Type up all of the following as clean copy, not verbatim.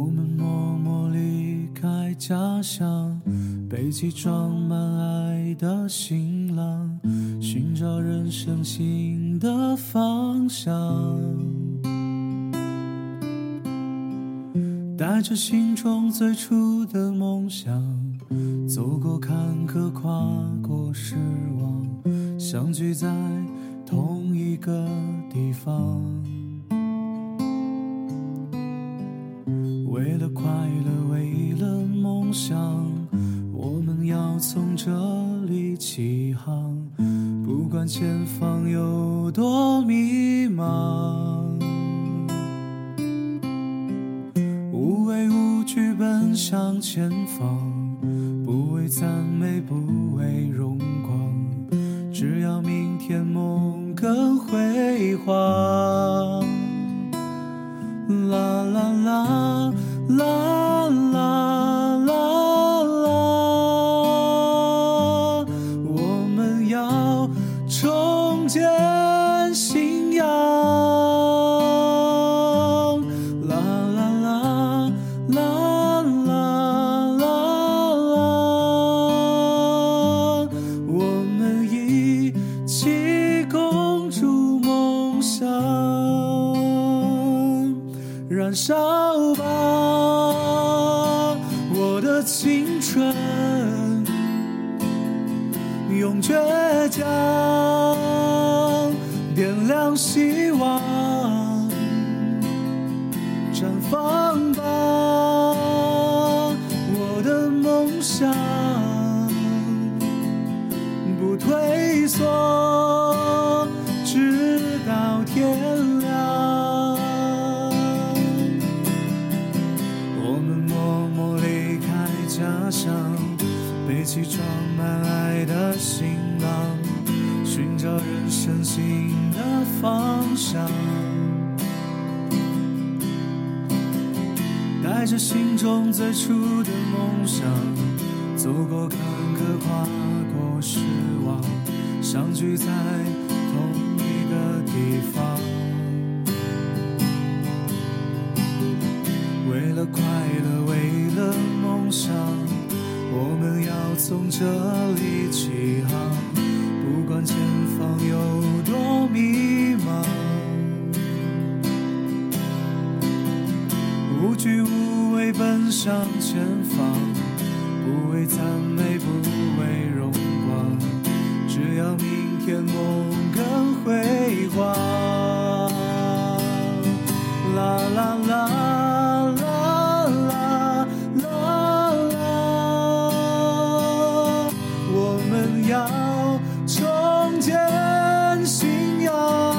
我们默默离开家乡，背起装满爱的行囊，寻找人生新的方向，带着心中最初的梦想，走过坎坷，跨过失望，相聚在同一个地方。为了快乐，为了梦想，我们要从这里起航，不管前方有多迷茫，无畏无惧奔向前方，不为赞美，不为荣光，只要明天梦更辉煌。啦啦啦啦啦啦啦，我们要重建信仰。啦啦啦啦啦啦啦，我们一起共筑梦想，燃烧吧我的青春，用倔强点亮希望，绽放吧我的梦想，不退缩直到天亮。我们默默离开家乡，背起装满爱的行囊，寻找人生新的方向，带着心中最初的梦想，走过坎坷，跨过失望，相聚在同一个地方。为了快乐，为了梦想，我们要从这里起航，不管前方有多迷茫，无惧无畏奔向前方，不为赞美，不为荣光，只要明天梦更辉煌。啦啦啦啦啦啦啦，我们要重建信仰。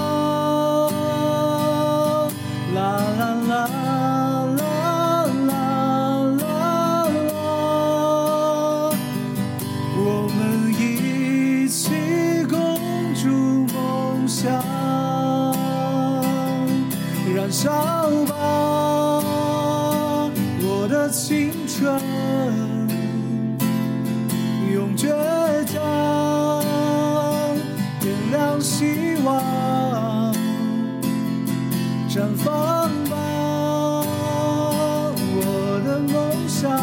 啦啦啦啦啦啦啦，我们一起共筑梦想，燃烧吧我的青春，用倔强点亮希望，绽放吧我的梦想，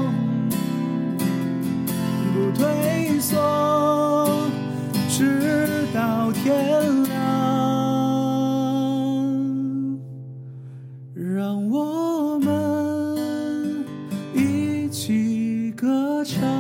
不退缩直到天亮。让我们一起歌唱。